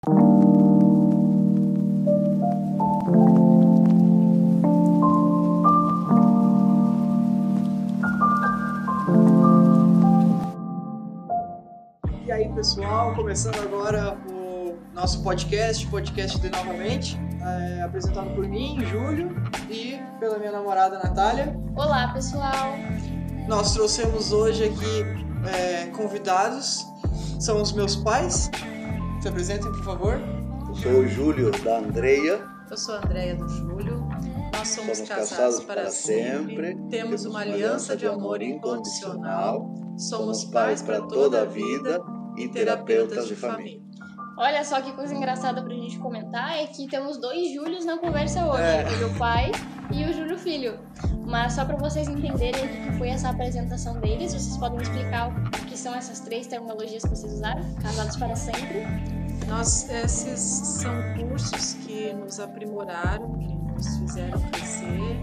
E aí, pessoal, começando agora o nosso podcast de Novamente, apresentado por mim, Júlio, e pela minha namorada, Natália. Olá, pessoal! Nós trouxemos hoje aqui convidados, são os meus pais. Se apresentem, por favor. Eu sou o Júlio da Andreia. Eu sou a Andreia do Júlio. Nós somos casados para sempre. Temos uma aliança de amor incondicional. Somos pais para toda a vida e terapeutas de família. Olha só que coisa engraçada pra gente comentar, é que temos dois Júlios na conversa hoje, o Júlio pai e o Júlio filho. Mas só para vocês entenderem o que foi essa apresentação deles, vocês podem explicar o que são essas três terminologias que vocês usaram? Casados para sempre. Esses são cursos que nos aprimoraram, que nos fizeram crescer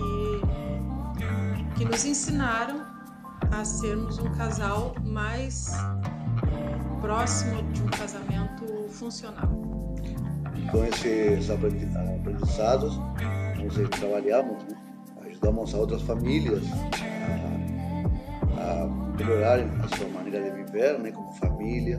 e que nos ensinaram a sermos um casal mais próximo de um casamento funcional. Com esses aprendizados, nós trabalhamos, ajudamos a outras famílias a melhorarem a sua maneira de viver, como família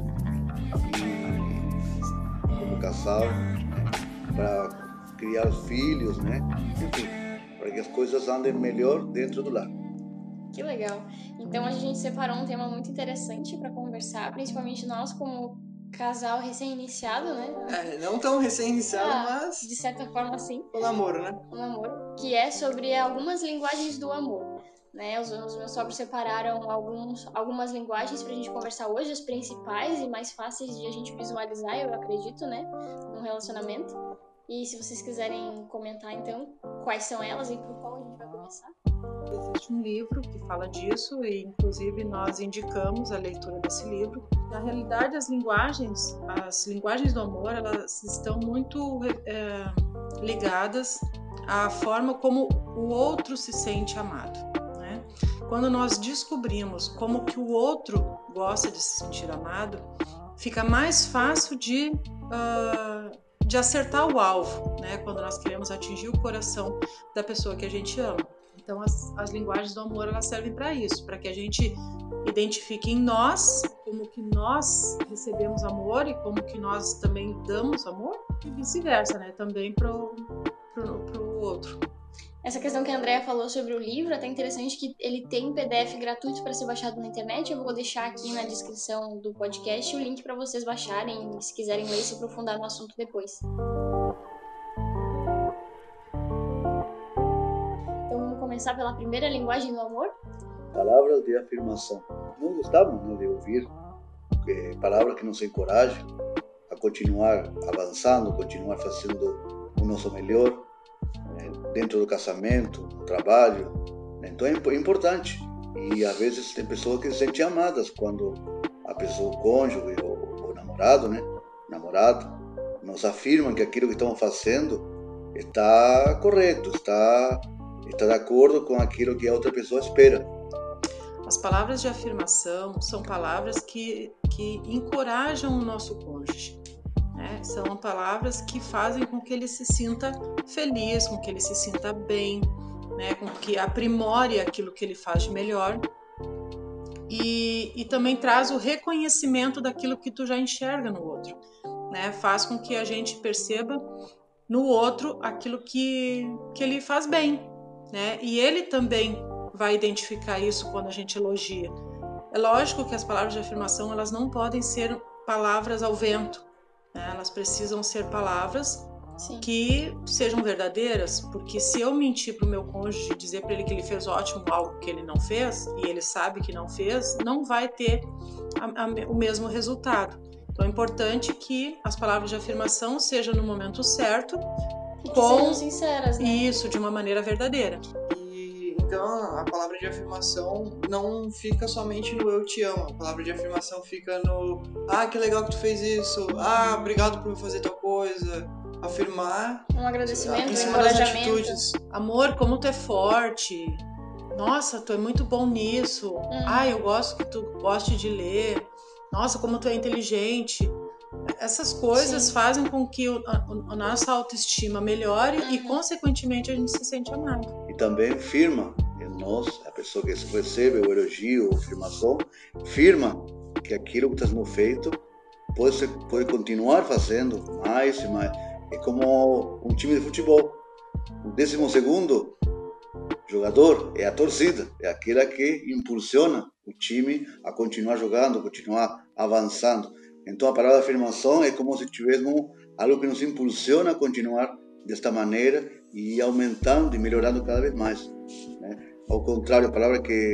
e como casal, para criar os filhos, enfim, para que as coisas andem melhor dentro do lar. Que legal! Então a gente separou um tema muito interessante para conversar, principalmente nós como casal recém-iniciado, né? Não tão recém-iniciado, mas... De certa forma, sim. O namoro, né? O namoro, que é sobre algumas linguagens do amor, né? Os meus sogros separaram algumas linguagens pra gente conversar hoje, as principais e mais fáceis de a gente visualizar, eu acredito, né? Num relacionamento. E se vocês quiserem comentar, então, quais são elas e por qual a gente vai começar? Existe um livro que fala disso e, inclusive, nós indicamos a leitura desse livro. Na realidade, as linguagens do amor, elas estão muito ligadas à forma como o outro se sente amado, né? Quando nós descobrimos como que o outro gosta de se sentir amado, fica mais fácil de acertar o alvo, né? Quando nós queremos atingir o coração da pessoa que a gente ama. Então, as linguagens do amor, elas servem para isso, para que a gente identifique em nós como que nós recebemos amor e como que nós também damos amor e vice-versa, né? Também pro outro. Essa questão que a Andrea falou sobre o livro, é até interessante que ele tem um PDF gratuito para ser baixado na internet. Eu vou deixar aqui na descrição do podcast o link para vocês baixarem, se quiserem ler e se aprofundar no assunto depois. Começar pela primeira linguagem do amor? Palavras de afirmação. Nós gostamos de ouvir palavras que nos encorajam a continuar avançando, continuar fazendo o nosso melhor dentro do casamento, no trabalho. Então é importante. E às vezes tem pessoas que se sentem amadas quando a pessoa, o cônjuge ou o namorado, nos afirmam que aquilo que estamos fazendo está correto, está de acordo com aquilo que a outra pessoa espera. As palavras de afirmação são palavras que encorajam o nosso cônjuge, né? São palavras que fazem com que ele se sinta feliz, com que ele se sinta bem, né? Com que aprimore aquilo que ele faz de melhor e também traz o reconhecimento daquilo que tu já enxerga no outro, né? Faz com que a gente perceba no outro aquilo que ele faz bem, né? E ele também vai identificar isso quando a gente elogia. É lógico que as palavras de afirmação, elas não podem ser palavras ao vento, né? Elas precisam ser palavras que sejam verdadeiras, porque se eu mentir para o meu cônjuge, dizer para ele que ele fez ótimo algo que ele não fez, e ele sabe que não fez, não vai ter o mesmo resultado. Então é importante que as palavras de afirmação sejam no momento certo, e que sejam sinceras, né? Isso, de uma maneira verdadeira. Então, a palavra de afirmação não fica somente no eu te amo. A palavra de afirmação fica no que legal que tu fez isso. Obrigado por fazer tal coisa. Afirmar. Um agradecimento, em um cima das encorajamento. atitudes. Amor, como tu é forte. Nossa, tu é muito bom nisso. Eu gosto que tu goste de ler. Nossa, como tu é inteligente. Essas coisas fazem com que a nossa autoestima melhore e, consequentemente, a gente se sente amado. E também firma em nós, a pessoa que recebe o elogio ou afirmação, firma que aquilo que está sendo feito pode continuar fazendo mais e mais. É como um time de futebol. O 12º jogador é a torcida, é aquela que impulsiona o time a continuar jogando, a continuar avançando. Então a palavra afirmação é como se tivéssemos algo que nos impulsiona a continuar desta maneira e ir aumentando e melhorando cada vez mais, né? Ao contrário, a palavra que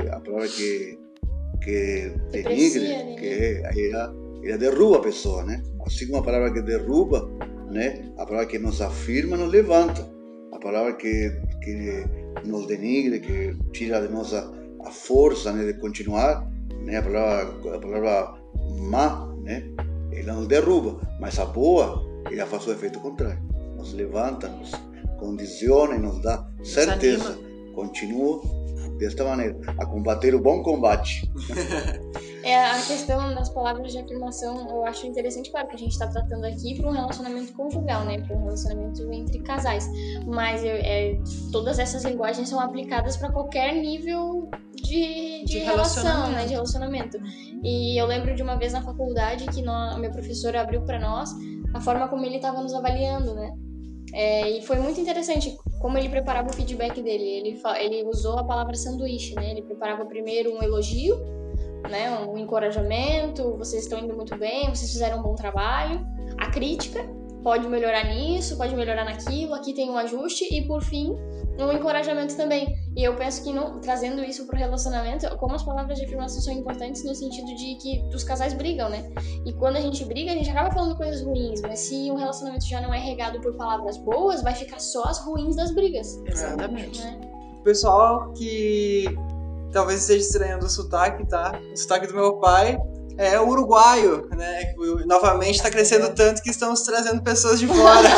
denigre, que ela derruba a pessoa, né? Assim como a palavra que derruba, né? A palavra que nos afirma nos levanta. A palavra que nos denigre, que tira de nós a força, né, de continuar, né? A palavra má, né? Ela nos derruba, mas a boa, ela faz o efeito contrário. Nos levanta, nos condiciona e nos dá certeza. Continua desta maneira, a combater o bom combate. A questão das palavras de afirmação, eu acho interessante, claro, que a gente está tratando aqui para um relacionamento conjugal, né? Para um relacionamento entre casais. Mas todas essas linguagens são aplicadas para qualquer nível de relação, né? De relacionamento. E eu lembro de uma vez na faculdade que meu professor abriu para nós a forma como ele estava nos avaliando, né? E foi muito interessante como ele preparava o feedback dele. Ele usou a palavra sanduíche, né? Ele preparava primeiro um elogio, né? Um encorajamento, vocês estão indo muito bem, vocês fizeram um bom trabalho. A crítica, pode melhorar nisso, pode melhorar naquilo, aqui tem um ajuste. E por fim, um encorajamento também. E eu penso que trazendo isso pro relacionamento, como as palavras de afirmação são importantes no sentido de que os casais brigam, né? E quando a gente briga, a gente acaba falando coisas ruins, mas se o relacionamento já não é regado por palavras boas, vai ficar só as ruins das brigas. Exatamente. Né? O pessoal que talvez esteja estranhando o sotaque, tá? O sotaque do meu pai é o uruguaio, né? Novamente está crescendo tanto que estamos trazendo pessoas de fora.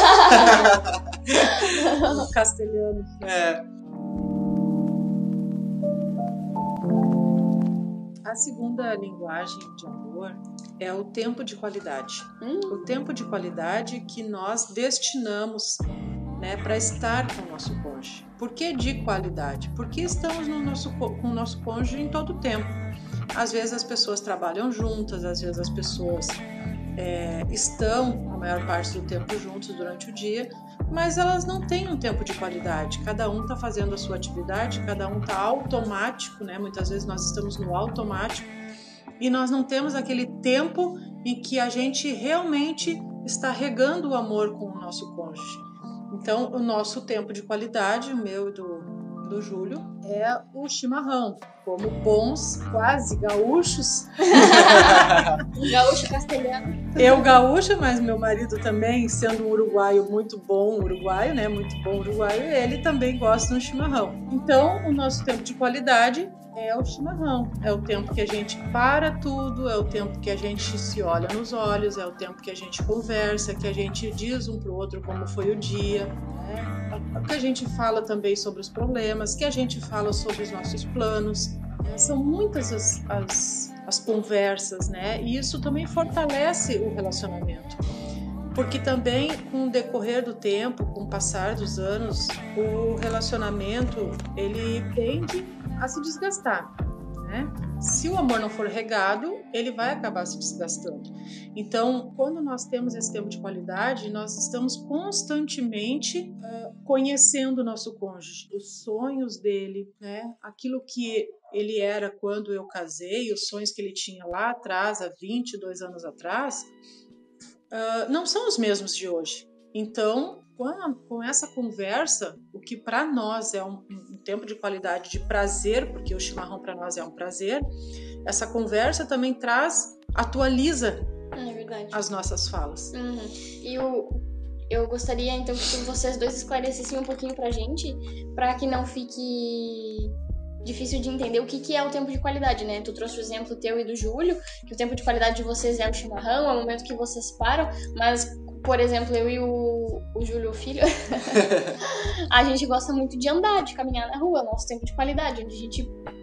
Castelhano. A segunda linguagem de amor é o tempo de qualidade. O tempo de qualidade que nós destinamos, né, para estar com o nosso cônjuge. Por que de qualidade? Porque estamos com o nosso cônjuge em todo o tempo. Às vezes as pessoas trabalham juntas, às vezes as pessoas estão a maior parte do tempo juntos durante o dia, mas elas não têm um tempo de qualidade. Cada um está fazendo a sua atividade, cada um está automático, né? Muitas vezes nós estamos no automático e nós não temos aquele tempo em que a gente realmente está regando o amor com o nosso cônjuge. Então, o nosso tempo de qualidade, o meu e do Júlio, é o chimarrão. Como bons, quase gaúchos. Gaúcho castelhano. Eu gaúcha, mas meu marido também, sendo um uruguaio muito bom uruguaio, né? Muito bom uruguaio, ele também gosta do chimarrão. Então, o nosso tempo de qualidade é o chimarrão. É o tempo que a gente para tudo, é o tempo que a gente se olha nos olhos, é o tempo que a gente conversa, que a gente diz um pro outro como foi o dia, né? Que a gente fala também sobre os problemas, que a gente fala sobre os nossos planos. São muitas as conversas, né? E isso também fortalece o relacionamento. Porque também, com o decorrer do tempo, com o passar dos anos, o relacionamento, ele tende a se desgastar, né? Se o amor não for regado, ele vai acabar se desgastando. Então, quando nós temos esse tempo de qualidade, nós estamos constantemente conhecendo o nosso cônjuge, os sonhos dele, né? Aquilo que ele era quando eu casei, os sonhos que ele tinha lá atrás, há 22 anos atrás, não são os mesmos de hoje. Então, com essa conversa, o que para nós é um tempo de qualidade, de prazer, porque o chimarrão para nós é um prazer, essa conversa também atualiza as nossas falas. E eu gostaria então que vocês dois esclarecessem um pouquinho pra gente, para que não fique difícil de entender o que é o tempo de qualidade, né? Tu trouxe o exemplo teu e do Júlio, que o tempo de qualidade de vocês é o chimarrão, é o momento que vocês param, mas, por exemplo, eu e o Júlio, o filho, a gente gosta muito de andar, de caminhar na rua, nosso tempo de qualidade, onde a gente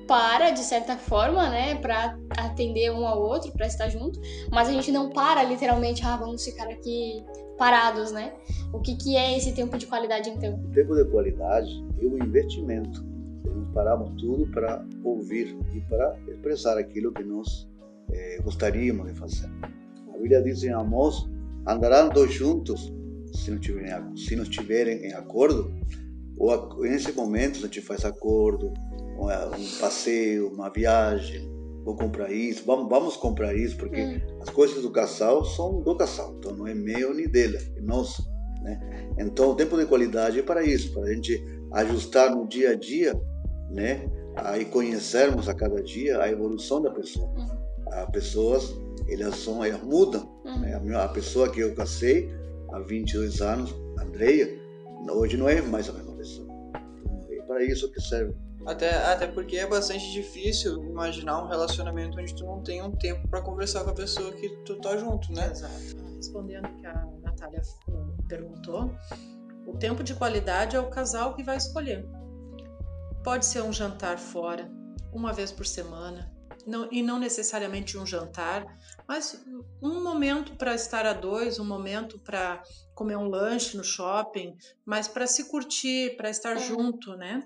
para, de certa forma, né, pra atender um ao outro, pra estar junto, mas a gente não para literalmente, vamos ficar aqui parados, né? O que é esse tempo de qualidade, então? O tempo de qualidade é um investimento. Nós paramos tudo para ouvir e para expressar aquilo que nós gostaríamos de fazer. A Bíblia diz em Amós: andarão dois juntos se não estiverem em acordo. Ou nesse momento a gente faz acordo, um passeio, uma viagem, vou comprar isso, vamos comprar isso, porque as coisas do casal são do casal, então não é meu nem dela, é nosso, né? Então o tempo de qualidade é para isso, para a gente ajustar no dia a dia, né? E conhecermos a cada dia a evolução da pessoa. As pessoas, elas mudam, né? A pessoa que eu casei há 22 anos, Andreia, hoje não é mais a mesma pessoa. É para isso que serve. Até porque é bastante difícil imaginar um relacionamento onde tu não tem um tempo para conversar com a pessoa que tu tá junto, né? Exato. Respondendo o que a Natália perguntou, o tempo de qualidade é o casal que vai escolher. Pode ser um jantar fora, uma vez por semana, e não necessariamente um jantar, mas um momento para estar a dois, um momento para comer um lanche no shopping, mas para se curtir, para estar junto, né?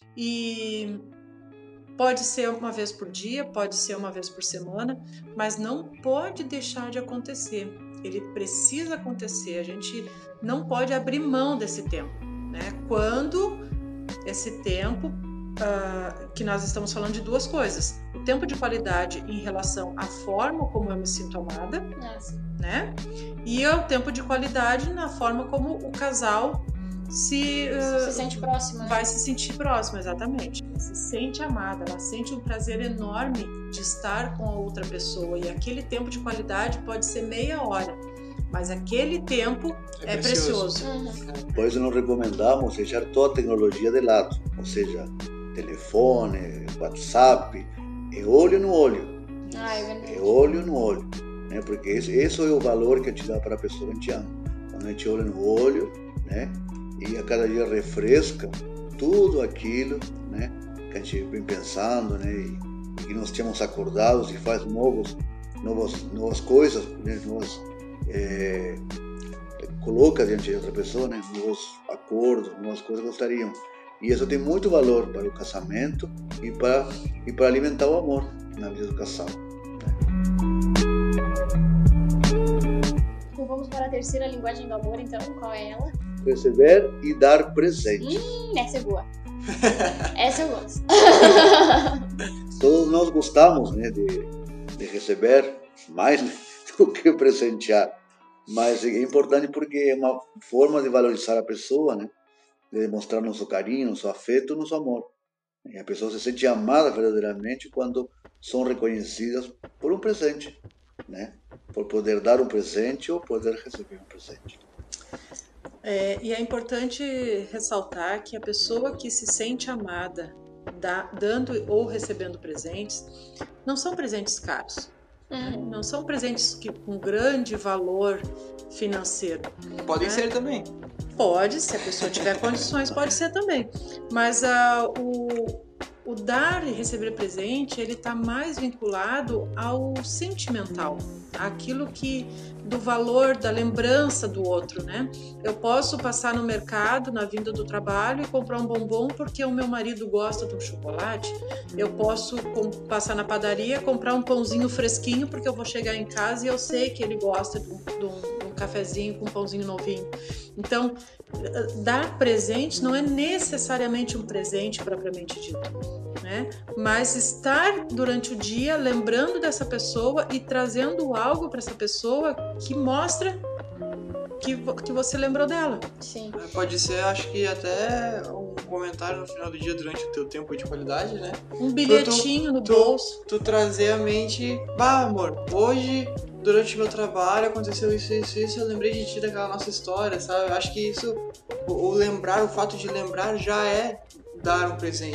E pode ser uma vez por dia, pode ser uma vez por semana, mas não pode deixar de acontecer. Ele precisa acontecer, a gente não pode abrir mão desse tempo, né? Quando esse tempo, que nós estamos falando de duas coisas: o tempo de qualidade em relação à forma como eu me sinto amada, né? E o tempo de qualidade na forma como o casal se sente próximo, né? Vai se sentir próximo, exatamente. Ela se sente amada, ela sente um prazer enorme de estar com a outra pessoa, e aquele tempo de qualidade pode ser meia hora, mas aquele tempo é precioso. Por isso nós recomendamos deixar toda a tecnologia de lado, ou seja, telefone, WhatsApp, é olho no olho. É olho no olho, né? Porque esse é o valor que a gente dá para a pessoa que a gente ama. Quando a gente olha no olho, né? E a cada dia refresca tudo aquilo, né, que a gente vem pensando, né, e que nós tínhamos acordados, e faz novas coisas, né, coloca diante de outra pessoa, né, novos acordos, novas coisas que gostariam. E isso tem muito valor para o casamento e para alimentar o amor na vida do casal. Então vamos para a terceira linguagem do amor, então. Qual é ela? Receber e dar presente. Essa é boa. Essa eu gosto. Todos nós gostamos, né, de receber mais do que presentear, mas é importante porque é uma forma de valorizar a pessoa, né, de demonstrar nosso carinho, nosso afeto, nosso amor. E a pessoa se sente amada verdadeiramente quando são reconhecidas por um presente, né, por poder dar um presente ou poder receber um presente. E é importante ressaltar que a pessoa que se sente amada, dando ou recebendo presentes, não são presentes caros, não são presentes com grande valor financeiro. Podem ser também. Pode, se a pessoa tiver condições, pode ser também. Mas o dar e receber presente, ele está mais vinculado ao sentimental, aquilo que do valor, da lembrança do outro, né? Eu posso passar no mercado, na vinda do trabalho, e comprar um bombom porque o meu marido gosta de um chocolate. Eu posso passar na padaria, comprar um pãozinho fresquinho porque eu vou chegar em casa e eu sei que ele gosta de um cafezinho com um pãozinho novinho. Então, dar presente não é necessariamente um presente propriamente dito, né? Mas estar durante o dia lembrando dessa pessoa e trazendo algo para essa pessoa que mostra que você lembrou dela. Sim. Pode ser, acho que até um comentário no final do dia durante o teu tempo de qualidade, né? Um bilhetinho no bolso. Tu trazer a mente, amor, hoje durante o meu trabalho aconteceu isso, eu lembrei de ti daquela nossa história, sabe? Eu acho que isso, o fato de lembrar já é dar um presente.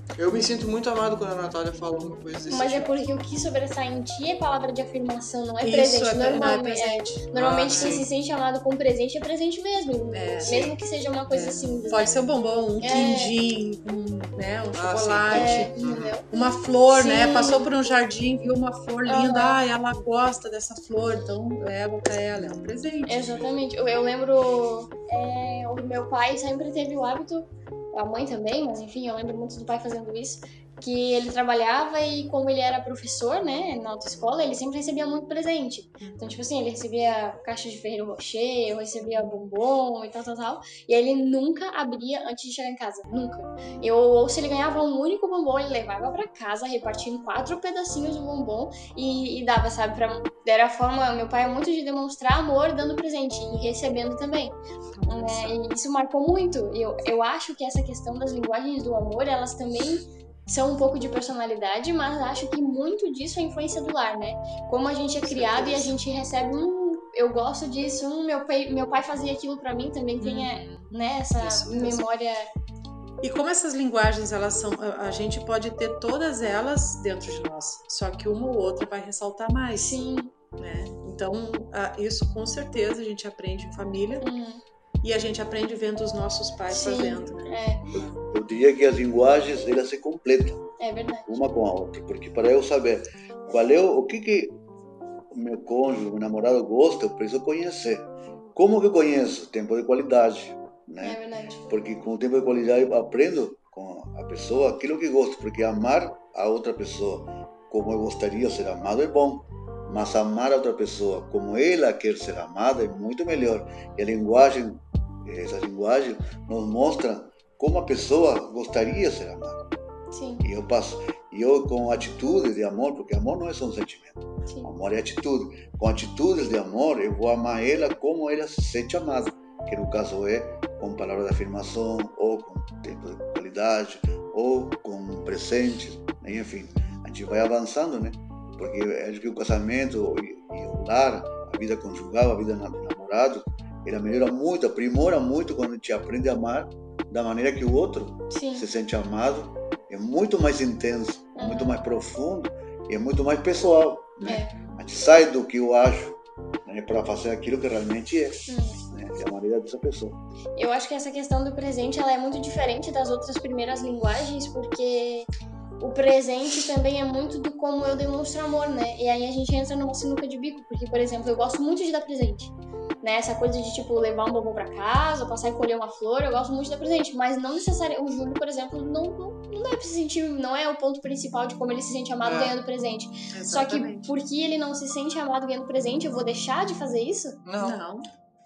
Eu me sinto muito amado quando a Natália fala uma coisa desse Mas é tipo. porque o que sobressai em ti é palavra de afirmação, não é Isso, presente. não é Normalmente, presente. normalmente quem sim. se sente amado com presente é presente mesmo. Mesmo que seja uma coisa simples. Pode né? ser um bombom, um quindim, né, um chocolate, Entendeu? uma flor, Sim. né? Passou por um jardim, viu uma flor linda, Aham. ela gosta dessa flor, então leva pra ela, é um presente. Exatamente. Eu lembro, o meu pai sempre teve o hábito, a mãe também, mas enfim, eu lembro muito do pai fazendo isso, que ele trabalhava e como ele era professor, né, na autoescola, ele sempre recebia muito presente. Então, tipo assim, ele recebia caixa de Ferrero Rocher, eu recebia bombom e tal. E aí ele nunca abria antes de chegar em casa, nunca. Ou se ele ganhava um único bombom, ele levava pra casa, repartia em 4 pedacinhos o bombom e dava, sabe, era a forma, meu pai é muito de demonstrar amor dando presente e recebendo também. E isso marcou muito. Eu acho que essa questão das linguagens do amor, elas também são um pouco de personalidade, mas acho que muito disso é influência do lar, né? Como a gente é criado e a gente recebe eu gosto disso, meu pai fazia aquilo pra mim, também tem né, essa memória. E como essas linguagens, elas são, a gente pode ter todas elas dentro de nós, só que uma ou outra vai ressaltar mais. Sim. Né? Então, isso com certeza a gente aprende em família e a gente aprende vendo os nossos pais fazendo. Né? Eu diria que as linguagens, elas se completam. É verdade. Uma com a outra, porque para eu saber qual é o que o meu cônjuge, o meu namorado gosta, eu preciso conhecer. Como que eu conheço? Tempo de qualidade. Né? É verdade. Porque com o tempo de qualidade eu aprendo com a pessoa aquilo que gosto, porque amar a outra pessoa como eu gostaria de ser amado é bom, mas amar a outra pessoa como ela quer ser amada é muito melhor. E a linguagem, essa linguagem nos mostra como a pessoa gostaria de ser amada. Sim. E eu com atitudes de amor, porque amor não é só um sentimento, Sim. Amor é atitude. Com atitudes de amor eu vou amar ela como ela se sente amada, que no caso é com palavras de afirmação, ou com tempo de qualidade, ou com presentes, enfim, a gente vai avançando, né? Porque acho que o casamento e o lar, a vida conjugal, a vida namorado, ela melhora muito, aprimora muito quando a gente aprende a amar da maneira que o outro se sente amado. É muito mais intenso, é muito mais profundo e é muito mais pessoal. Né? A gente sai do que eu acho, né, para fazer aquilo que realmente é. Né? É a maneira dessa pessoa. Eu acho que essa questão do presente ela é muito diferente das outras primeiras linguagens, porque o presente também é muito do como eu demonstro amor, né? E aí a gente entra numa sinuca de bico, porque, por exemplo, eu gosto muito de dar presente. Né? Essa coisa de, tipo, levar um bombom pra casa, passar e colher uma flor, eu gosto muito de dar presente. Mas não necessariamente, o Júlio, por exemplo, não deve se sentir, não é o ponto principal de como ele se sente amado ganhando presente. Exatamente. Só que porque ele não se sente amado ganhando presente, eu vou deixar de fazer isso? Não.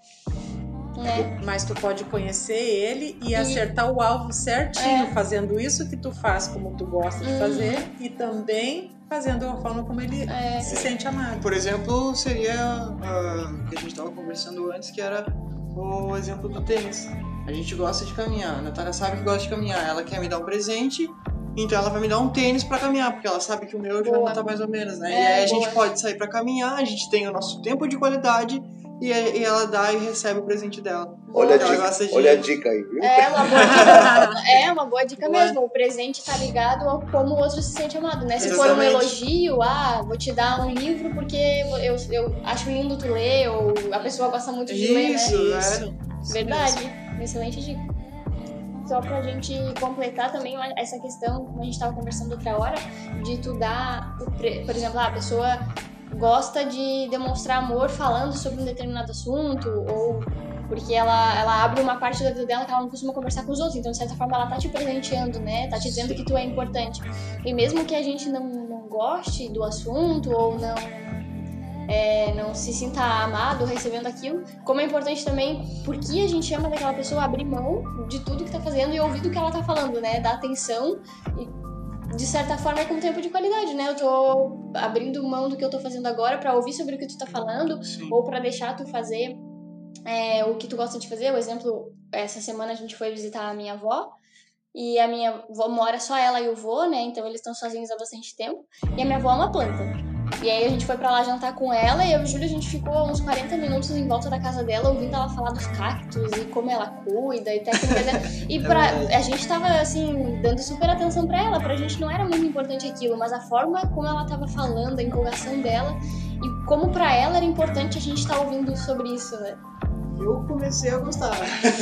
Né? Mas tu pode conhecer ele e acertar o alvo certinho, fazendo isso que tu faz como tu gosta de fazer e também fazendo a forma como ele se sente amado. Por exemplo, seria que a gente estava conversando antes, que era o exemplo do tênis. A gente gosta de caminhar, a Natália sabe que gosta de caminhar, ela quer me dar um presente, então ela vai me dar um tênis pra caminhar, porque ela sabe que o meu já não tá mais ou menos, né? E aí a gente pode sair pra caminhar, a gente tem o nosso tempo de qualidade e ela dá e recebe o presente dela. Olha a dica aí, viu? Uma boa dica mesmo. O presente tá ligado ao como o outro se sente amado, né? Se for um elogio, vou te dar um livro porque eu acho lindo tu ler, ou a pessoa gosta muito de ler, né? Isso. Verdade. Excelente dica. Só pra gente completar também essa questão, como a gente tava conversando outra hora, de tu dar, por exemplo, a pessoa gosta de demonstrar amor falando sobre um determinado assunto, ou porque ela abre uma parte da vida dela que ela não costuma conversar com os outros, então de certa forma ela tá te presenteando, né? Tá te dizendo que tu é importante. E mesmo que a gente não goste do assunto, ou não se sinta amado recebendo aquilo, como é importante também, porque a gente ama daquela pessoa, abrir mão de tudo que tá fazendo e ouvir do que ela tá falando, né? Dar atenção e, de certa forma, é com tempo de qualidade, né? Eu tô abrindo mão do que eu tô fazendo agora pra ouvir sobre o que tu tá falando, ou pra deixar tu fazer o que tu gosta de fazer. O exemplo, essa semana a gente foi visitar a minha avó, e a minha avó mora só ela e o vô, né? Então eles estão sozinhos há bastante tempo, e a minha avó é uma planta. E aí a gente foi pra lá jantar com ela e eu e o Júlio, a gente ficou uns 40 minutos em volta da casa dela, ouvindo ela falar dos cactos e como ela cuida e técnicas dela. E a gente tava, assim, dando super atenção pra ela. Pra gente não era muito importante aquilo, mas a forma como ela tava falando, a empolgação dela e como pra ela era importante a gente estar ouvindo sobre isso, né? Eu comecei a gostar.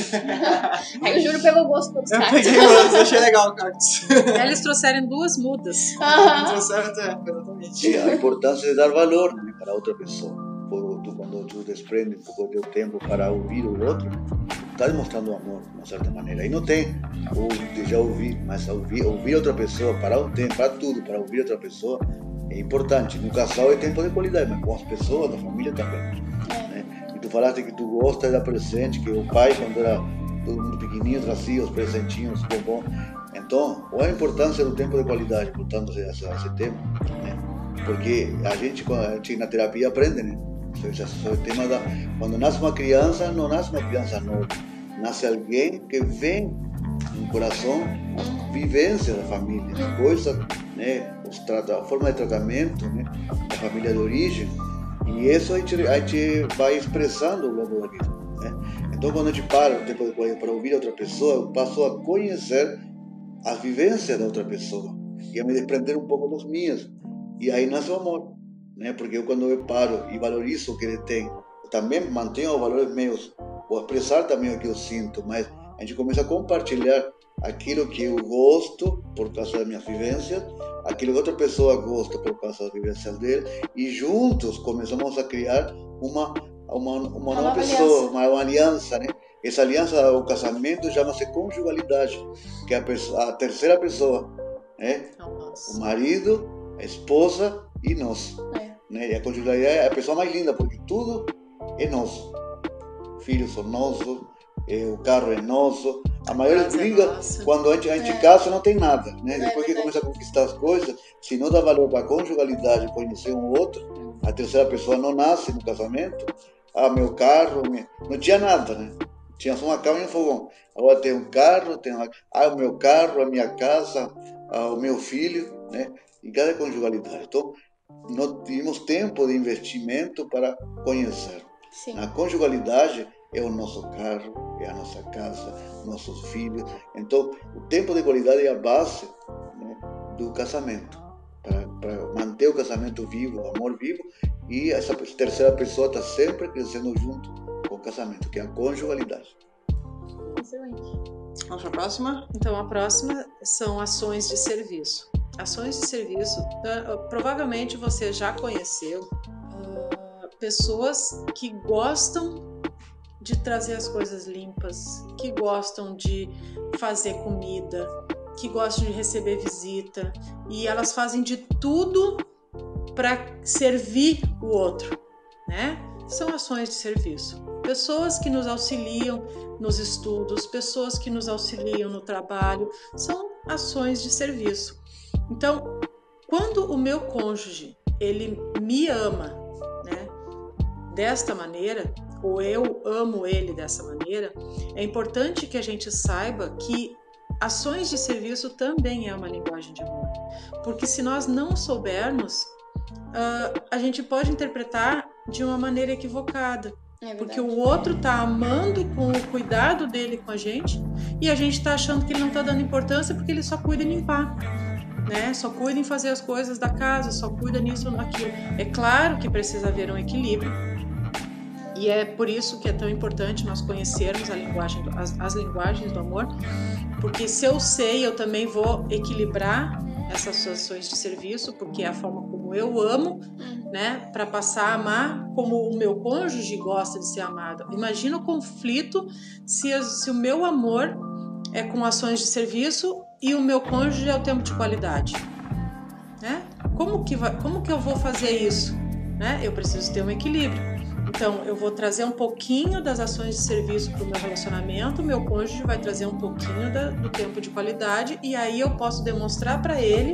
Aí o Júlio pegou gosto pelos Eu cactos. peguei gosto, achei legal o cactus. Eles trouxeram 2 mudas. Trouxeram exatamente. A importância de dar valor, né, para outra pessoa. Quando tu desprende um pouco do teu tempo para ouvir o outro, está demonstrando amor, de uma certa maneira. E não tem, ou já ouvir, mas ouvir outra pessoa, parar um tempo, para tudo, para ouvir outra pessoa, é importante. No casal é tempo de qualidade, mas com as pessoas, da família também. Né? E tu falaste que tu gosta de dar presente, que o pai, quando era todo mundo pequenininho, trazia os presentinhos, bombom. Então, qual é a importância do tempo de qualidade, voltando a esse tema? Né? Porque a gente na terapia aprende, né? Esse tema quando nasce uma criança, não nasce uma criança nova, nasce alguém que vem no coração a vivência da família, as coisas, né? A forma de tratamento, né? Da família de origem, e isso a gente vai expressando ao longo da vida, né? Então, quando a gente para o tempo de qualidade para ouvir outra pessoa, eu passo a conhecer a vivência da outra pessoa e a me desprender um pouco das minhas, e aí nasce o amor. Né? Porque quando eu paro e valorizo o que ele tem, eu também mantenho os valores meus, vou expressar também o que eu sinto, mas a gente começa a compartilhar aquilo que eu gosto por causa das minhas vivências, aquilo que outra pessoa gosta por causa das vivências dele, e juntos começamos a criar uma nova pessoa, uma aliança, né? Essa aliança, o casamento, chama-se conjugalidade, que é a terceira pessoa, né? O marido, a esposa e nós. Né? E a conjugalidade é a pessoa mais linda, porque tudo é nosso. Filhos são nossos, o carro é nosso. A maioria briga quando a gente casa não tem nada. Né? Depois que começa a conquistar as coisas, se não dá valor para a conjugalidade, conhecer um outro, a terceira pessoa não nasce no casamento. Meu carro, não tinha nada, né? Tinha só uma cama e um fogão. Agora tem um carro, o meu carro, a minha casa, o meu filho, né? E cada conjugalidade. Então, nós tivemos tempo de investimento para conhecer. Sim. Na conjugalidade é o nosso carro, é a nossa casa, nossos filhos. Então, o tempo de qualidade é a base, né, do casamento. Para manter o casamento vivo, o amor vivo, e essa terceira pessoa está sempre crescendo junto com o casamento, que é a conjugalidade. Excelente. Vamos para a próxima? Então, a próxima são ações de serviço. Ações de serviço, provavelmente você já conheceu pessoas que gostam de trazer as coisas limpas, que gostam de fazer comida, que gostam de receber visita, e elas fazem de tudo para servir o outro, né? São ações de serviço. Pessoas que nos auxiliam nos estudos, pessoas que nos auxiliam no trabalho, são ações de serviço. Então, quando o meu cônjuge, ele me ama, né, desta maneira, ou eu amo ele dessa maneira, é importante que a gente saiba que ações de serviço também é uma linguagem de amor. Porque se nós não soubermos, a gente pode interpretar de uma maneira equivocada. Porque o outro está amando com o cuidado dele com a gente, e a gente está achando que ele não está dando importância porque ele só cuida em limpar. Né? Só cuida em fazer as coisas da casa, só cuida nisso ou naquilo. É claro que precisa haver um equilíbrio, e é por isso que é tão importante nós conhecermos as linguagens do amor, porque se eu sei, eu também vou equilibrar essas ações de serviço, porque é a forma como eu amo, né, para passar a amar como o meu cônjuge gosta de ser amado. Imagina o conflito se o meu amor é com ações de serviço e o meu cônjuge é o tempo de qualidade, né? Como que eu vou fazer isso? Né? Eu preciso ter um equilíbrio. Então, eu vou trazer um pouquinho das ações de serviço para o meu relacionamento, o meu cônjuge vai trazer um pouquinho do tempo de qualidade, e aí eu posso demonstrar para ele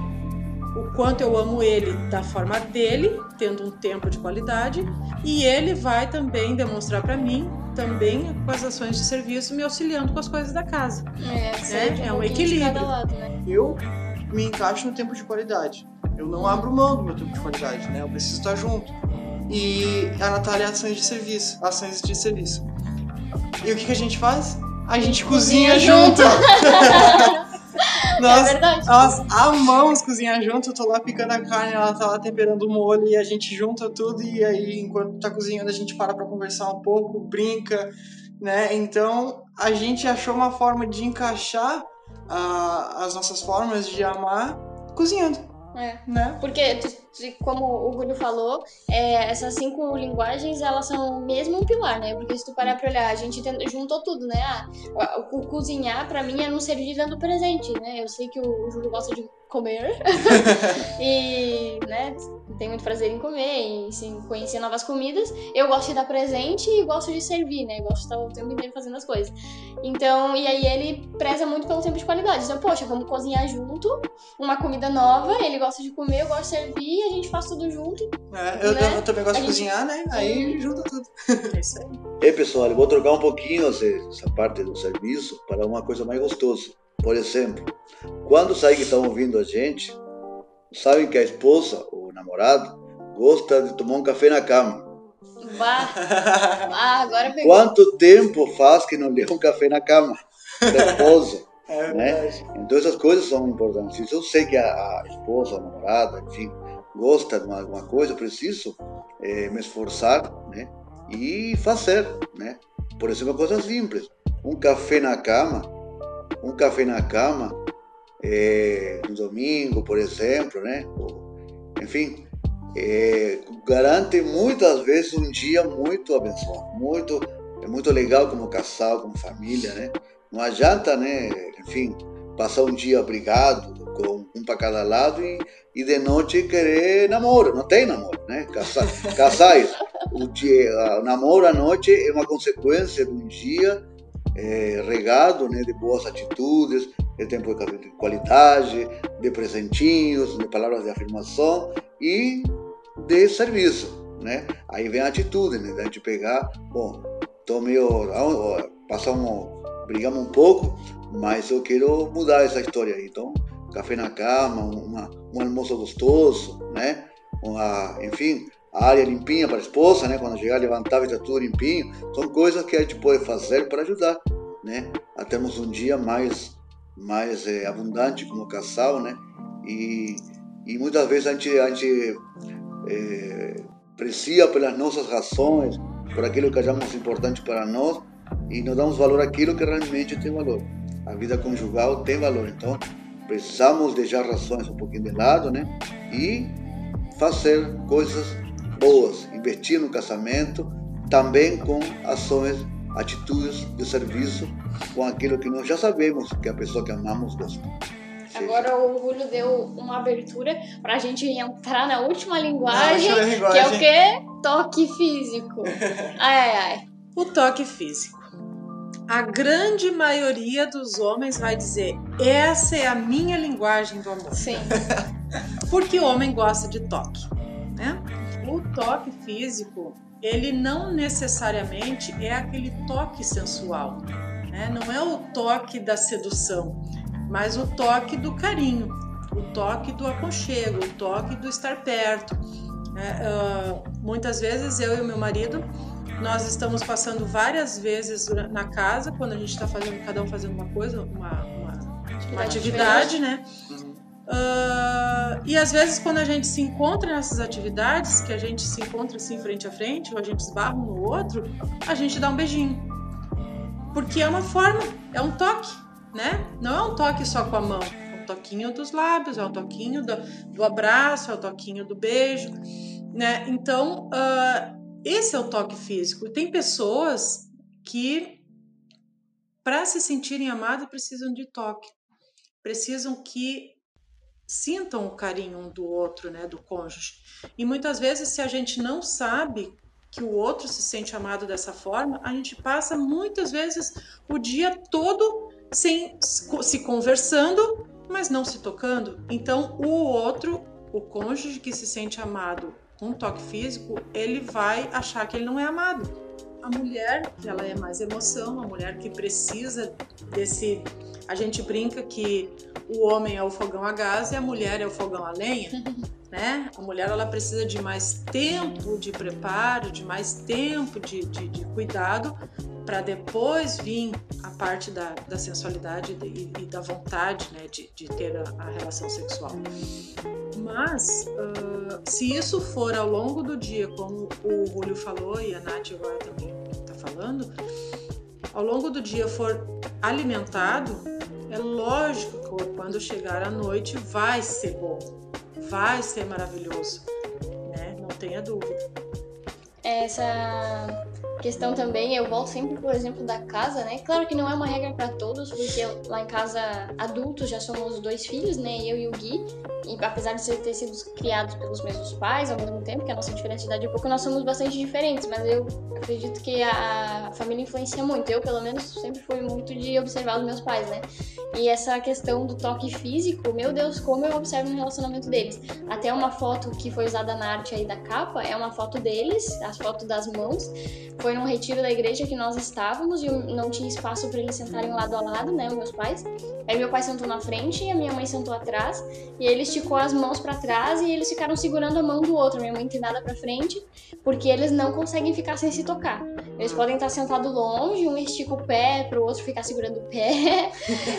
o quanto eu amo ele da forma dele, tendo um tempo de qualidade, e ele vai também demonstrar para mim, também com as ações de serviço, me auxiliando com as coisas da casa. É um equilíbrio. Lado, né? Eu me encaixo no tempo de qualidade. Eu não abro mão do meu tempo de qualidade, né? Eu preciso estar junto. E a Natália é ações de serviço. E o que a gente faz? A gente cozinha junto. É verdade. Nós amamos cozinhar junto. Eu tô lá picando a carne, ela tá lá temperando o molho e a gente junta tudo. E aí, enquanto tá cozinhando, a gente para pra conversar um pouco, brinca, né? Então, a gente achou uma forma de encaixar as nossas formas de amar cozinhando. Né? Porque, como o Gulho falou, essas 5 linguagens, elas são mesmo um pilar, né? Porque se tu parar pra olhar, a gente juntou tudo, né? O cozinhar, pra mim, é não servir dando presente, né? Eu sei que o Júlio gosta de comer e, né, tem muito prazer em comer e sim, conhecer novas comidas. Eu gosto de dar presente e gosto de servir, né? Gosto de estar o tempo inteiro fazendo as coisas. Então, e aí ele preza muito pelo tempo de qualidade. Então, poxa, vamos cozinhar junto, uma comida nova, ele gosta de comer, eu gosto de servir, a gente faz tudo junto. Eu também gosto de cozinhar, né? Aí junta tudo. É isso aí. E pessoal, eu vou trocar um pouquinho essa parte do serviço para uma coisa mais gostosa. Por exemplo, quando saem que estão ouvindo a gente, sabem que a esposa ou o namorado gosta de tomar um café na cama. Agora pegou. Quanto tempo faz que não lê um café na cama da esposa? Né? Então essas coisas são importantes. Se eu sei que a esposa, a namorada, enfim, gosta de alguma coisa, eu preciso me esforçar, né? E fazer, né? Por exemplo, coisas simples. Um café na cama, no domingo, por exemplo, né? Enfim, garante muitas vezes um dia muito abençoado, é muito legal como casal, como família, né? Não adianta, né? Enfim, passar um dia brigado, com um para cada lado e de noite querer namoro. Não tem namoro, né? Casais, o namoro à noite é uma consequência de um dia regado, né, de boas atitudes, de tempo de qualidade, de presentinhos, de palavras de afirmação e de serviço, né? Aí vem a atitude, né? Da gente pegar, bom, tô meio, brigamos um pouco, mas eu quero mudar essa história aí. Então, café na cama, um almoço gostoso, né? Enfim, a área limpinha para a esposa, né? Quando chegar, levantar, vai estar tudo limpinho. São coisas que a gente pode fazer para ajudar, né? A termos um dia mais abundante como casal, né? E muitas vezes a gente precisa pelas nossas razões, por aquilo que achamos importante para nós e não damos valor àquilo que realmente tem valor. A vida conjugal tem valor, então precisamos deixar razões um pouquinho de lado, né? E fazer coisas boas, investir no casamento, também com ações, atitudes de serviço, com aquilo que nós já sabemos que a pessoa que amamos gosta. Agora o Julio deu uma abertura pra gente entrar na última linguagem, que é o quê? Toque físico. Ai. O toque físico. A grande maioria dos homens vai dizer: essa é a minha linguagem do amor. Sim. Porque o homem gosta de toque, né? O toque físico, ele não necessariamente é aquele toque sensual, né? Não é o toque da sedução, mas o toque do carinho, o toque do aconchego, o toque do estar perto. Muitas vezes eu e o meu marido, nós estamos passando várias vezes na casa, quando a gente está fazendo, cada um fazendo uma coisa, uma atividade, né? E às vezes quando a gente se encontra nessas atividades, que a gente se encontra assim frente a frente, ou a gente esbarra um no outro, a gente dá um beijinho. Porque é uma forma, é um toque, né? Não é um toque só com a mão, é um toquinho dos lábios, é um toquinho do abraço, é um toquinho do beijo, né? Então, esse é o toque físico. Tem pessoas que, para se sentirem amadas, precisam de toque. Precisam que sintam o carinho um do outro, né, do cônjuge. E muitas vezes, se a gente não sabe que o outro se sente amado dessa forma, a gente passa muitas vezes o dia todo se conversando, mas não se tocando. Então, o cônjuge que se sente amado com um toque físico, ele vai achar que ele não é amado. A mulher, que ela é mais emoção, a mulher que precisa desse... A gente brinca que o homem é o fogão a gás e a mulher é o fogão a lenha, né? A mulher ela precisa de mais tempo de preparo, de mais tempo de cuidado, para depois vir a parte da sensualidade e da vontade, né, de ter a relação sexual. Mas, se isso for ao longo do dia, como o Julio falou e a Nath agora também está falando, ao longo do dia for alimentado, é lógico que quando chegar à noite vai ser bom, vai ser maravilhoso, né? Não tenha dúvida. Essa questão também, eu volto sempre por exemplo da casa, né? Claro que não é uma regra para todos, porque lá em casa adultos já somos 2 filhos, né? Eu e o Gui, e apesar de ter sido criados pelos mesmos pais ao mesmo tempo, que a nossa diferença de idade é pouco, nós somos bastante diferentes, mas eu acredito que a família influencia muito. Eu, pelo menos, sempre fui muito de observar os meus pais, né? E essa questão do toque físico, meu Deus, como eu observo no relacionamento deles. Até uma foto que foi usada na arte aí da capa, é uma foto deles, a foto das mãos. Foi num retiro da igreja que nós estávamos e não tinha espaço para eles sentarem lado a lado, né, os meus pais. Aí meu pai sentou na frente e a minha mãe sentou atrás, e ele esticou as mãos para trás e eles ficaram segurando a mão do outro, minha mãe inclinada para frente, porque eles não conseguem ficar sem se tocar. Eles podem estar sentados longe, um estica o pé pro outro ficar segurando o pé.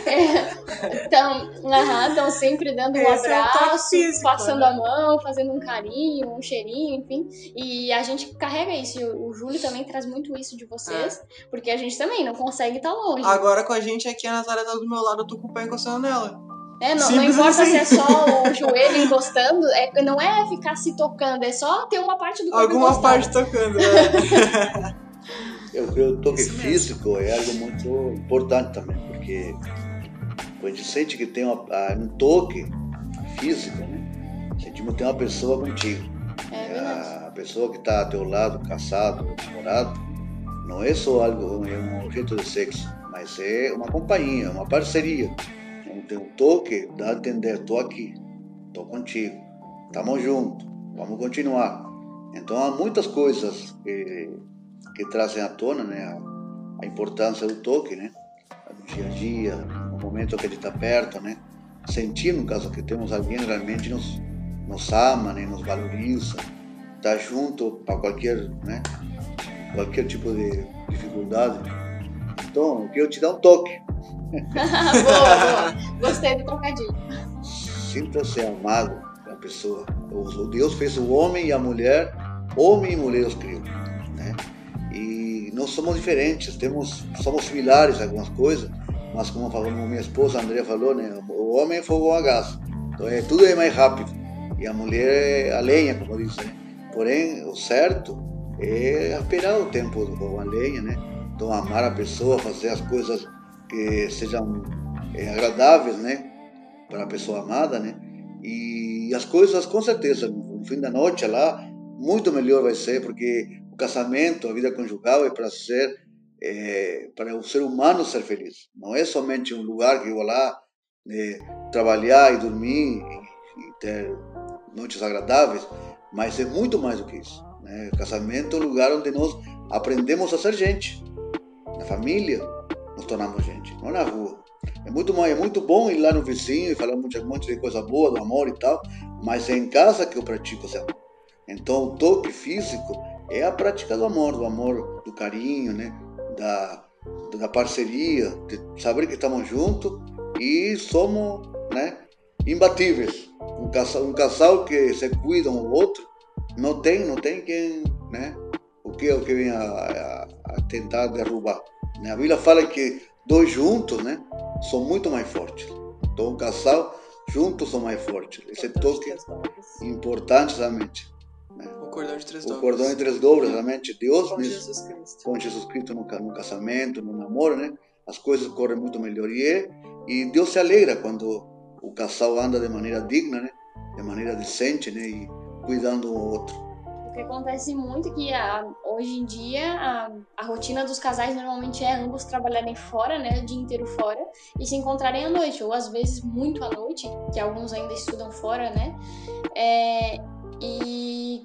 Então sempre dando um abraço, físico, passando, né, a mão, fazendo um carinho, um cheirinho, enfim. E a gente carrega isso. O Júlio também traz muito isso de vocês, porque a gente também não consegue estar longe. Agora com a gente aqui, a Natália tá do meu lado, eu tô com o pé encostando nela. Não importa assim. Se é só o joelho encostando, não é ficar se tocando, é só ter uma parte do corpo alguma encostado. Parte tocando, né? Eu creio que o toque físico é algo muito importante também, porque a gente sente que tem um toque físico, né? Sentimos que tem uma pessoa contigo. A pessoa que está ao teu lado, casado, namorado, não é só algo, é um objeto de sexo, mas é uma companhia, uma parceria. Tem um toque, dá a entender, estou aqui, estou contigo, estamos juntos, vamos continuar. Então há muitas coisas que trazem à tona, né, a importância do toque, né, no dia a dia, no momento que a gente está perto, né, sentir, no caso, que temos alguém que realmente nos ama, né, nos valoriza, está junto para qualquer tipo de dificuldade. Então, eu quero te dar um toque. Boa. Gostei do trocadilho. Sinta-se amado pela pessoa. O Deus fez o homem e a mulher, homem e mulher os criou, né? E nós somos diferentes, somos similares em algumas coisas, mas como falou minha esposa, a Andrea falou, né? O homem é fogo a gás, então tudo é mais rápido, e a mulher é a lenha, como dizem, né? Porém, o certo é esperar o tempo do fogo a lenha, né? Então, amar a pessoa, fazer as coisas que sejam agradáveis, né, para a pessoa amada, né, e as coisas, com certeza, no fim da noite lá, muito melhor vai ser, porque o casamento, a vida conjugal é para para o ser humano ser feliz, não é somente um lugar que eu vou lá trabalhar e dormir e ter noites agradáveis, mas é muito mais do que isso, né? O casamento é o lugar onde nós aprendemos a ser gente, na família, nos tornamos gente, não na rua. É muito bom ir lá no vizinho e falar um monte de coisa boa, do amor e tal, mas é em casa que eu pratico esse amor. Então o toque físico é a prática do amor, do carinho, né? da parceria, de saber que estamos juntos e somos, né, imbatíveis. Um casal que se cuida um do outro, não tem quem, né, o que vem a tentar derrubar. A Bíblia fala que 2 juntos, né, são muito mais fortes. Então, um casal juntos são mais fortes. Esse toque importante, realmente. Né? O cordão de 3 dobras. O cordão de 3 dobras, realmente. Deus com mesmo, Jesus Cristo. Com Jesus Cristo no casamento, no namoro, né? As coisas correm muito melhor. E Deus se alegra quando o casal anda de maneira digna, né? De maneira decente, né? E cuidando um ao outro. O que acontece muito é que hoje em dia a rotina dos casais normalmente é ambos trabalharem fora, né, o dia inteiro fora, e se encontrarem à noite, ou às vezes muito à noite, que alguns ainda estudam fora, né, e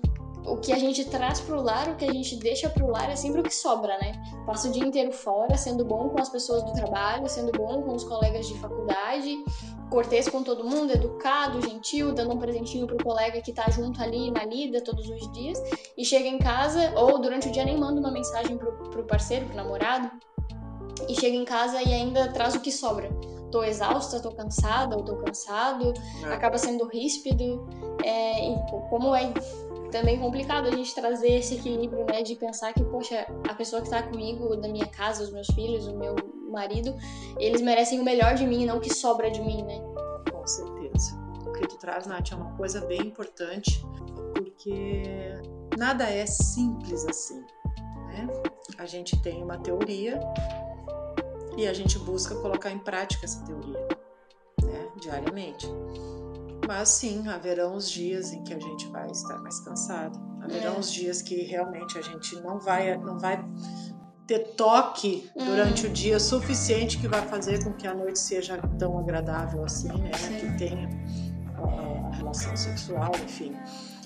o que a gente traz pro lar, o que a gente deixa pro lar é sempre o que sobra, né? Passa o dia inteiro fora, sendo bom com as pessoas do trabalho, sendo bom com os colegas de faculdade, cortês com todo mundo, educado, gentil, dando um presentinho pro colega que tá junto ali na lida todos os dias, e chega em casa, ou durante o dia nem manda uma mensagem pro parceiro, pro namorado, e chega em casa e ainda traz o que sobra. Tô exausta, tô cansada, ou tô cansado, acaba sendo ríspido, e como é também complicado a gente trazer esse equilíbrio, né, de pensar que, poxa, a pessoa que tá comigo, da minha casa, os meus filhos, o meu marido, eles merecem o melhor de mim, não o que sobra de mim, né? Com certeza. O que tu traz, Nath, é uma coisa bem importante, porque nada é simples assim, né? A gente tem uma teoria e a gente busca colocar em prática essa teoria, né, diariamente. Mas sim, haverão os dias em que a gente vai estar mais cansado. Haverão os dias que realmente a gente não vai ter toque durante o dia suficiente que vai fazer com que a noite seja tão agradável assim, né? Sim. Que tenha a relação sexual, enfim.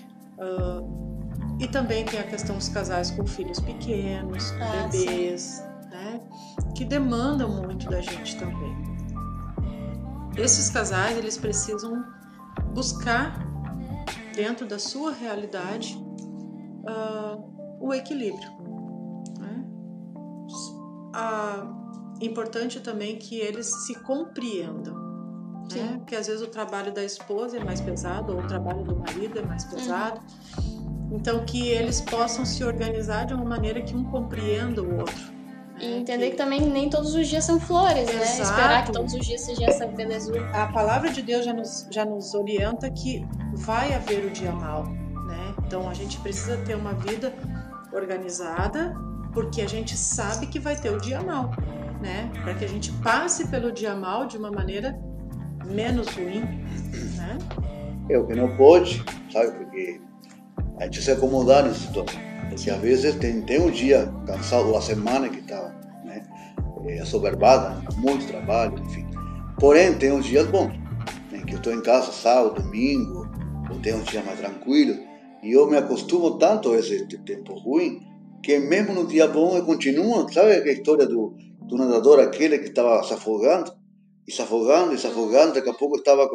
E também tem a questão dos casais com filhos pequenos, bebês, né? Que demandam muito da gente também. Esses casais, eles precisam buscar, dentro da sua realidade, o equilíbrio. Né? Importante também que eles se compreendam. Né? Porque às vezes o trabalho da esposa é mais pesado, ou o trabalho do marido é mais pesado. Então que eles possam se organizar de uma maneira que um compreenda o outro. E entender que também nem todos os dias são flores, né? Esperar que todos os dias seja essa belezura. A palavra de Deus já nos orienta que vai haver o dia mau, né? Então a gente precisa ter uma vida organizada, porque a gente sabe que vai ter o dia mau, né? Para que a gente passe pelo dia mau de uma maneira menos ruim, né? É o que não pode, sabe? Porque a gente se acomodar nessa situação. Porque às vezes tem um dia cansado, ou a semana que está, né, assoberbada, muito trabalho, enfim. Porém, tem uns dias bons, né, que eu estou em casa sábado, domingo, ou tem uns dias mais tranquilos, e eu me acostumo tanto a esse tempo ruim, que mesmo no dia bom eu continuo, sabe a história do nadador aquele que estava se afogando, daqui a pouco estava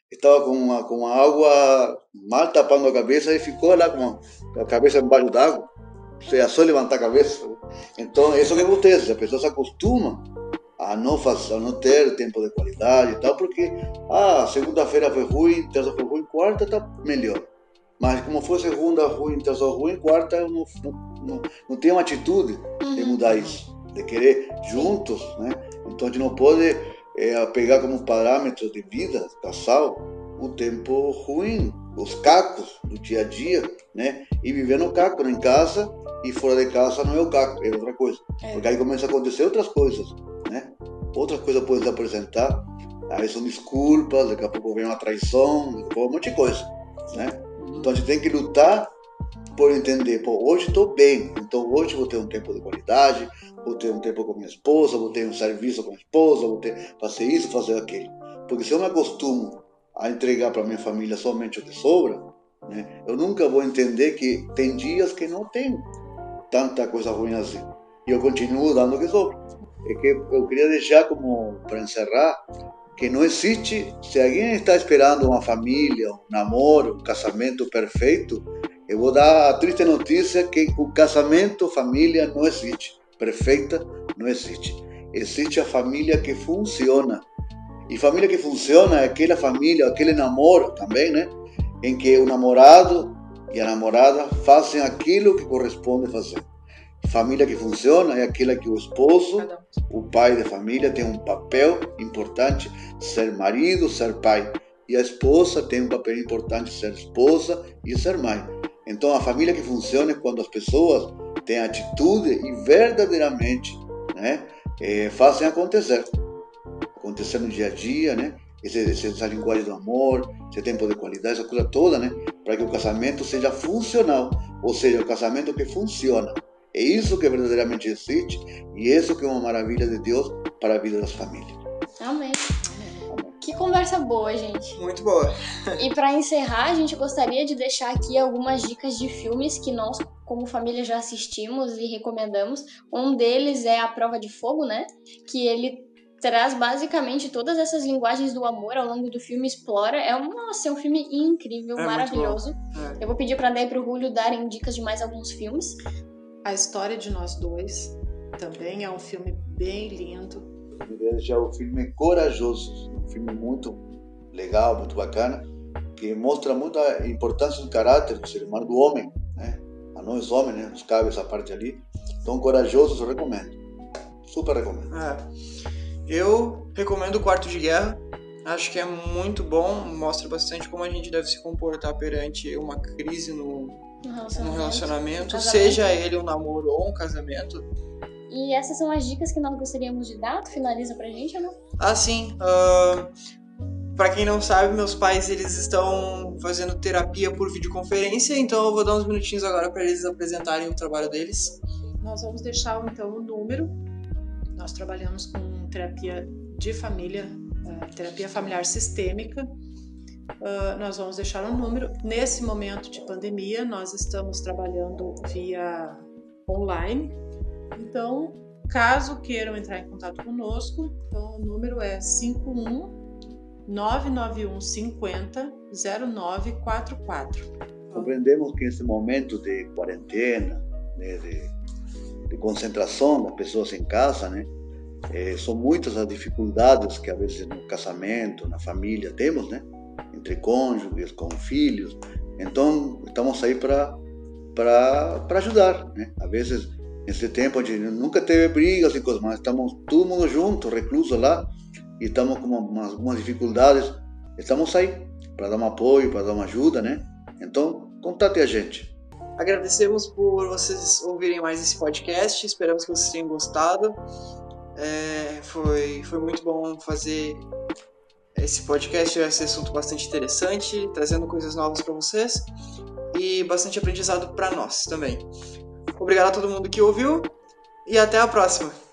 com a água mal tapando a cabeça e ficou lá com a cabeça embaixo d'água. Ou seja, só levantar a cabeça. Então, isso que acontece, a pessoa se acostuma a não ter tempo de qualidade e tal, porque segunda-feira foi ruim, terça foi ruim, quarta está melhor. Mas como foi segunda ruim, terça ruim, quarta eu não tenho uma atitude de mudar isso, de querer juntos, né? Então a gente não pode pegar como parâmetro de vida, casal, o tempo ruim, os cacos do dia a dia, né? E viver no caco, em casa, e fora de casa não é o caco, é outra coisa. Porque aí começa a acontecer outras coisas, né? Outras coisas podem se apresentar, aí são desculpas, daqui a pouco vem uma traição, um monte de coisa, né? Então a gente tem que lutar por entender, hoje estou bem, então hoje vou ter um tempo de qualidade, vou ter um tempo com minha esposa, vou ter um serviço com a esposa, vou fazer isso, fazer aquilo. Porque se eu me acostumo a entregar para minha família somente o que sobra, né, eu nunca vou entender que tem dias que não tem tanta coisa ruim assim. E eu continuo dando o que sobra. É que eu queria deixar como para encerrar que não existe, se alguém está esperando uma família, um namoro, um casamento perfeito, eu vou dar a triste notícia que o casamento, família não existe. Perfeita não existe. Existe a família que funciona. E família que funciona é aquela família, aquele namoro também, né? Em que o namorado e a namorada fazem aquilo que corresponde fazer. Família que funciona é aquela que o esposo, o pai de família, tem um papel importante, ser marido, ser pai. E a esposa tem um papel importante, ser esposa e ser mãe. Então a família que funciona é quando as pessoas têm atitude e verdadeiramente, né, fazem acontecer no dia a dia, né? Essa linguagem do amor, esse tempo de qualidade, essa coisa toda, né? Para que o casamento seja funcional, ou seja, o casamento que funciona. É isso que verdadeiramente existe e isso que é uma maravilha de Deus para a vida das famílias. Amém. Que conversa boa, gente. Muito boa. E pra encerrar, a gente gostaria de deixar aqui algumas dicas de filmes que nós, como família, já assistimos e recomendamos. Um deles é A Prova de Fogo, né? Que ele traz basicamente todas essas linguagens do amor ao longo do filme, explora. É um filme incrível, maravilhoso. Eu vou pedir pra André e pro Julio darem dicas de mais alguns filmes. A História de Nós Dois também é um filme bem lindo. Já o filme Corajosos, um filme muito legal, muito bacana, que mostra muito a importância do caráter do ser humano, do homem, né? A nós homens, né? Nos cabe essa parte ali. Então, Corajosos eu recomendo, super recomendo. Eu recomendo O Quarto de Guerra. Acho que é muito bom, mostra bastante como a gente deve se comportar perante uma crise no relacionamento, seja ele um namoro ou um casamento. E essas são as dicas que nós gostaríamos de dar. Tu finaliza pra gente ou não? Sim. Pra quem não sabe, meus pais eles estão fazendo terapia por videoconferência, então eu vou dar uns minutinhos agora para eles apresentarem o trabalho deles. Nós vamos deixar então o número. Nós trabalhamos com terapia de família, terapia familiar sistêmica. Nós vamos deixar um número. Nesse momento de pandemia, nós estamos trabalhando via online. Então, caso queiram entrar em contato conosco, então o número é 51-99150-0944. Compreendemos que nesse momento de quarentena, né, de concentração das pessoas em casa, né, são muitas as dificuldades que às vezes no casamento, na família temos, né, entre cônjuges, com filhos. Então estamos aí para ajudar, né? Às vezes nesse tempo a gente nunca teve brigas e coisas, mas estamos todo mundo junto, recluso lá, e estamos com algumas dificuldades. Estamos aí para dar um apoio, para dar uma ajuda, né? Então contate a gente. Agradecemos por vocês ouvirem mais esse podcast, esperamos que vocês tenham gostado. Foi muito bom fazer esse podcast, esse assunto bastante interessante, trazendo coisas novas para vocês e bastante aprendizado para nós também. Obrigado a todo mundo que ouviu e até a próxima!